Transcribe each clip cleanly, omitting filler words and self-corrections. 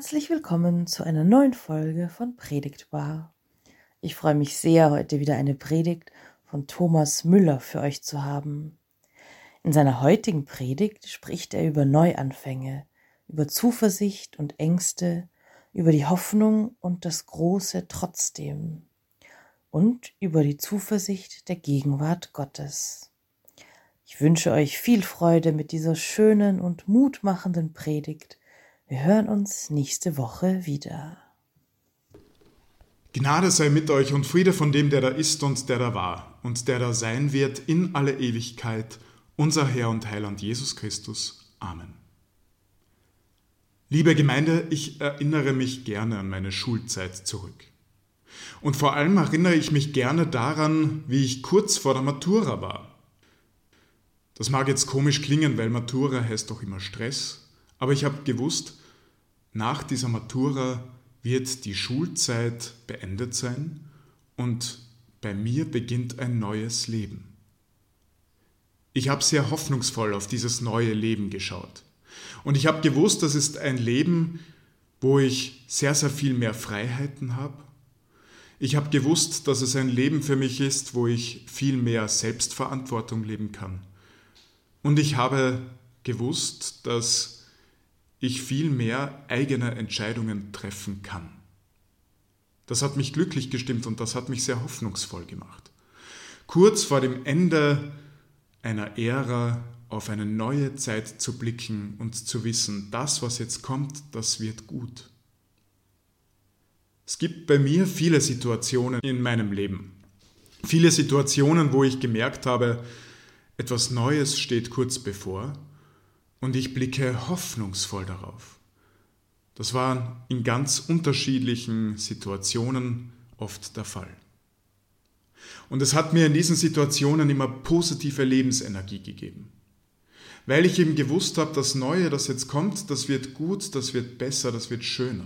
Herzlich willkommen zu einer neuen Folge von Predigtbar. Ich freue mich sehr, heute wieder eine Predigt von Thomas Müller für euch zu haben. In seiner heutigen Predigt spricht er über Neuanfänge, über Zuversicht und Ängste, über die Hoffnung und das große Trotzdem und über die Zuversicht der Gegenwart Gottes. Ich wünsche euch viel Freude mit dieser schönen und mutmachenden Predigt. Wir hören uns nächste Woche wieder. Gnade sei mit euch und Friede von dem, der da ist und der da war und der da sein wird in alle Ewigkeit, unser Herr und Heiland Jesus Christus. Amen. Liebe Gemeinde, ich erinnere mich gerne an meine Schulzeit zurück. Und vor allem erinnere ich mich gerne daran, wie ich kurz vor der Matura war. Das mag jetzt komisch klingen, weil Matura heißt doch immer Stress, aber ich habe gewusst, nach dieser Matura wird die Schulzeit beendet sein und bei mir beginnt ein neues Leben. Ich habe sehr hoffnungsvoll auf dieses neue Leben geschaut. Und ich habe gewusst, das ist ein Leben, wo ich sehr, sehr viel mehr Freiheiten habe. Ich habe gewusst, dass es ein Leben für mich ist, wo ich viel mehr Selbstverantwortung leben kann. Und ich habe gewusst, dass ich viel mehr eigene Entscheidungen treffen kann. Das hat mich glücklich gestimmt und das hat mich sehr hoffnungsvoll gemacht. Kurz vor dem Ende einer Ära auf eine neue Zeit zu blicken und zu wissen, das, was jetzt kommt, das wird gut. Es gibt bei mir viele Situationen in meinem Leben. Viele Situationen, wo ich gemerkt habe, etwas Neues steht kurz bevor. Und ich blicke hoffnungsvoll darauf. Das war in ganz unterschiedlichen Situationen oft der Fall. Und es hat mir in diesen Situationen immer positive Lebensenergie gegeben. Weil ich eben gewusst habe, das Neue, das jetzt kommt, das wird gut, das wird besser, das wird schöner.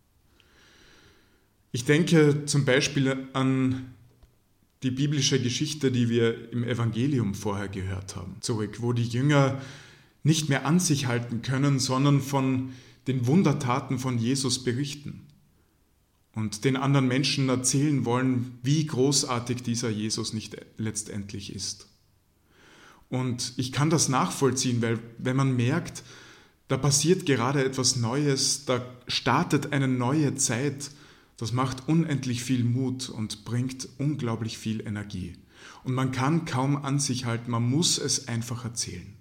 Ich denke zum Beispiel an die biblische Geschichte, die wir im Evangelium vorher gehört haben, zurück, wo die Jünger nicht mehr an sich halten können, sondern von den Wundertaten von Jesus berichten und den anderen Menschen erzählen wollen, wie großartig dieser Jesus nicht letztendlich ist. Und ich kann das nachvollziehen, weil wenn man merkt, da passiert gerade etwas Neues, da startet eine neue Zeit, das macht unendlich viel Mut und bringt unglaublich viel Energie. Und man kann kaum an sich halten, man muss es einfach erzählen.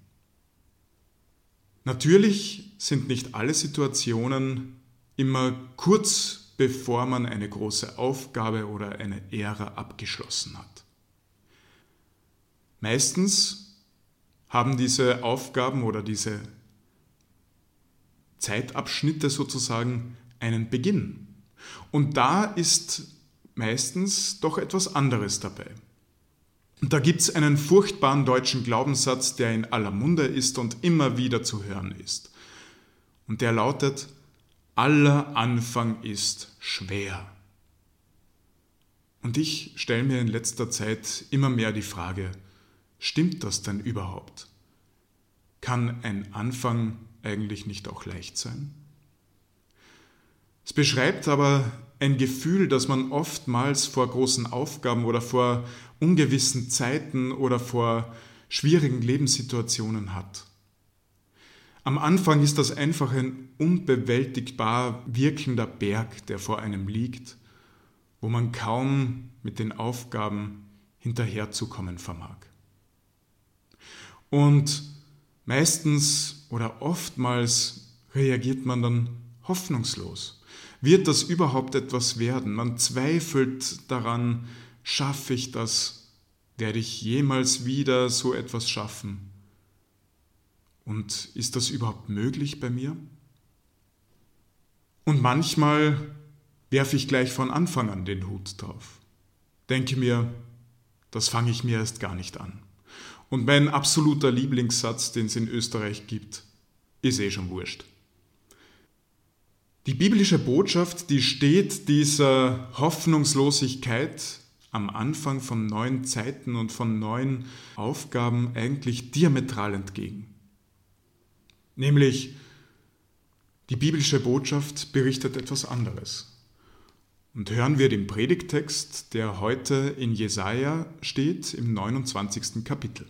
Natürlich sind nicht alle Situationen immer kurz bevor man eine große Aufgabe oder eine Ära abgeschlossen hat. Meistens haben diese Aufgaben oder diese Zeitabschnitte sozusagen einen Beginn. Und da ist meistens doch etwas anderes dabei. Und da gibt es einen furchtbaren deutschen Glaubenssatz, der in aller Munde ist und immer wieder zu hören ist. Und der lautet, aller Anfang ist schwer. Und ich stelle mir in letzter Zeit immer mehr die Frage, stimmt das denn überhaupt? Kann ein Anfang eigentlich nicht auch leicht sein? Es beschreibt aber ein Gefühl, das man oftmals vor großen Aufgaben oder vor ungewissen Zeiten oder vor schwierigen Lebenssituationen hat. Am Anfang ist das einfach ein unbewältigbar wirkender Berg, der vor einem liegt, wo man kaum mit den Aufgaben hinterherzukommen vermag. Und meistens oder oftmals reagiert man dann hoffnungslos. Wird das überhaupt etwas werden? Man zweifelt daran, schaffe ich das? Werde ich jemals wieder so etwas schaffen? Und ist das überhaupt möglich bei mir? Und manchmal werfe ich gleich von Anfang an den Hut drauf. Denke mir, das fange ich mir erst gar nicht an. Und mein absoluter Lieblingssatz, den es in Österreich gibt, ist schon wurscht. Die biblische Botschaft, die steht dieser Hoffnungslosigkeit am Anfang von neuen Zeiten und von neuen Aufgaben eigentlich diametral entgegen. Nämlich Die biblische Botschaft berichtet etwas anderes. Und hören wir den Predigttext, der heute in Jesaja steht, im 29. Kapitel.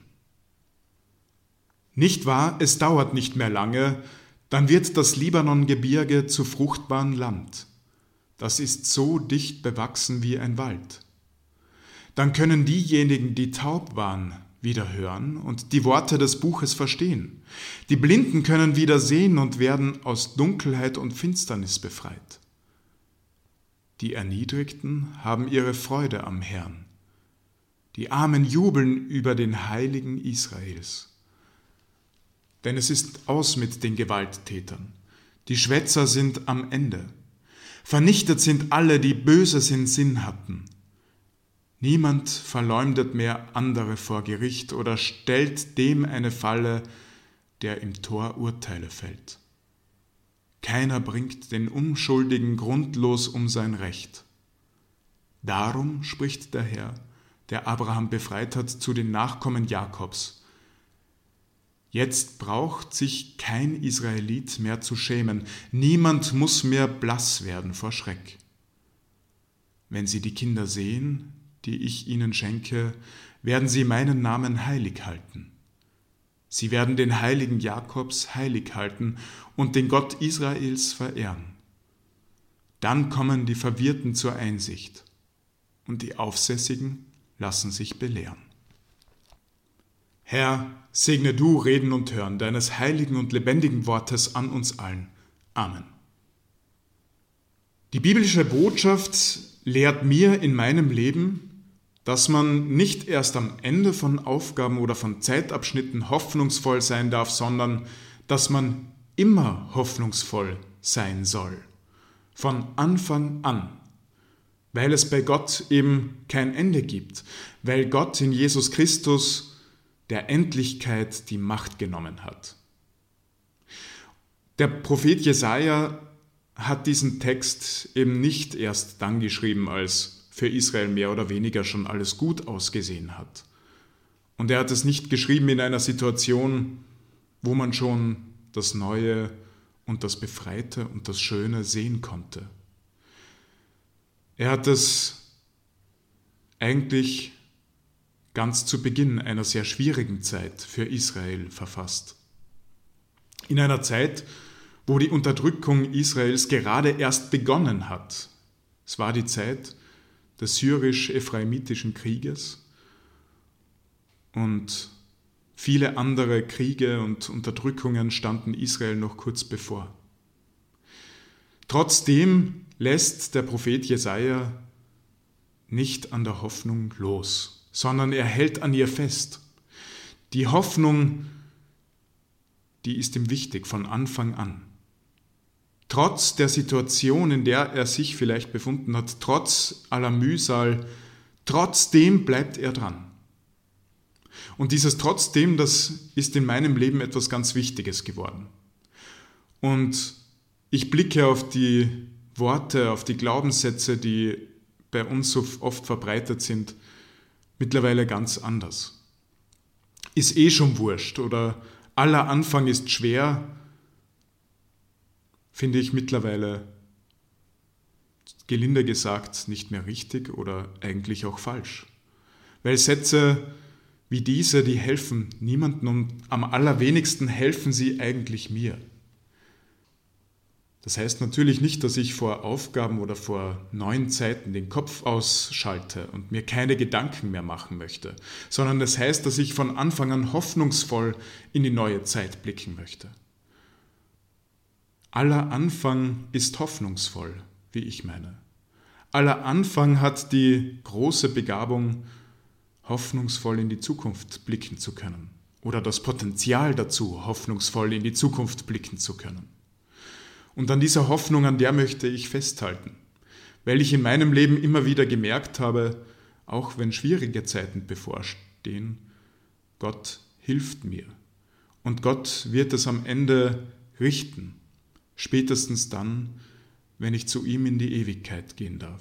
Nicht wahr, es dauert nicht mehr lange, dann wird das Libanongebirge zu fruchtbarem Land. Das ist so dicht bewachsen wie ein Wald. Dann können diejenigen, die taub waren, wieder hören und die Worte des Buches verstehen. Die Blinden können wieder sehen und werden aus Dunkelheit und Finsternis befreit. Die Erniedrigten haben ihre Freude am Herrn. Die Armen jubeln über den Heiligen Israels. Denn es ist aus mit den Gewalttätern. Die Schwätzer sind am Ende. Vernichtet sind alle, die Böses in Sinn hatten. Niemand verleumdet mehr andere vor Gericht oder stellt dem eine Falle, der im Tor Urteile fällt. Keiner bringt den Unschuldigen grundlos um sein Recht. Darum spricht der Herr, der Abraham befreit hat, zu den Nachkommen Jakobs: Jetzt braucht sich kein Israelit mehr zu schämen, niemand muss mehr blass werden vor Schreck. Wenn sie die Kinder sehen, die ich ihnen schenke, werden sie meinen Namen heilig halten. Sie werden den Heiligen Jakobs heilig halten und den Gott Israels verehren. Dann kommen die Verwirrten zur Einsicht und die Aufsässigen lassen sich belehren. Herr, segne du Reden und Hören deines heiligen und lebendigen Wortes an uns allen. Amen. Die biblische Botschaft lehrt mir in meinem Leben, dass man nicht erst am Ende von Aufgaben oder von Zeitabschnitten hoffnungsvoll sein darf, sondern dass man immer hoffnungsvoll sein soll. Von Anfang an. Weil es bei Gott eben kein Ende gibt. Weil Gott in Jesus Christus der Endlichkeit die Macht genommen hat. Der Prophet Jesaja hat diesen Text eben nicht erst dann geschrieben, als für Israel mehr oder weniger schon alles gut ausgesehen hat. Und er hat es nicht geschrieben in einer Situation, wo man schon das Neue und das Befreite und das Schöne sehen konnte. Er hat es eigentlich ganz zu Beginn einer sehr schwierigen Zeit für Israel verfasst. In einer Zeit, wo die Unterdrückung Israels gerade erst begonnen hat. Es war die Zeit des syrisch-ephraimitischen Krieges und viele andere Kriege und Unterdrückungen standen Israel noch kurz bevor. Trotzdem lässt der Prophet Jesaja nicht an der Hoffnung los, sondern er hält an ihr fest. Die Hoffnung, die ist ihm wichtig von Anfang an. Trotz der Situation, in der er sich vielleicht befunden hat, trotz aller Mühsal, trotzdem bleibt er dran. Und dieses Trotzdem, das ist in meinem Leben etwas ganz Wichtiges geworden. Und ich blicke auf die Worte, auf die Glaubenssätze, die bei uns so oft verbreitet sind, mittlerweile ganz anders. Ist schon wurscht oder aller Anfang ist schwer, finde ich mittlerweile, gelinde gesagt, nicht mehr richtig oder eigentlich auch falsch. Weil Sätze wie diese, die helfen niemandem und am allerwenigsten helfen sie eigentlich mir. Das heißt natürlich nicht, dass ich vor Aufgaben oder vor neuen Zeiten den Kopf ausschalte und mir keine Gedanken mehr machen möchte, sondern das heißt, dass ich von Anfang an hoffnungsvoll in die neue Zeit blicken möchte. Aller Anfang ist hoffnungsvoll, wie ich meine. Aller Anfang hat die große Begabung, hoffnungsvoll in die Zukunft blicken zu können oder das Potenzial dazu, hoffnungsvoll in die Zukunft blicken zu können. Und an dieser Hoffnung, an der möchte ich festhalten, weil ich in meinem Leben immer wieder gemerkt habe, auch wenn schwierige Zeiten bevorstehen, Gott hilft mir. Und Gott wird es am Ende richten, spätestens dann, wenn ich zu ihm in die Ewigkeit gehen darf.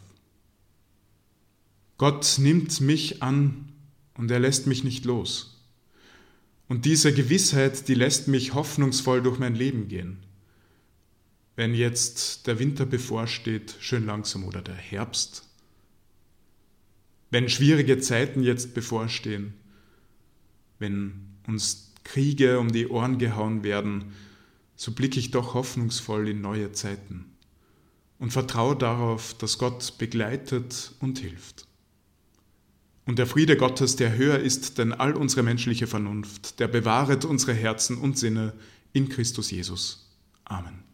Gott nimmt mich an und er lässt mich nicht los. Und diese Gewissheit, die lässt mich hoffnungsvoll durch mein Leben gehen. wenn jetzt der Winter bevorsteht, schön langsam, oder der Herbst, wenn schwierige Zeiten jetzt bevorstehen, wenn uns Kriege um die Ohren gehauen werden, so blicke ich doch hoffnungsvoll in neue Zeiten und vertraue darauf, dass Gott begleitet und hilft. Und der Friede Gottes, der höher ist denn all unsere menschliche Vernunft, der bewahret unsere Herzen und Sinne in Christus Jesus. Amen.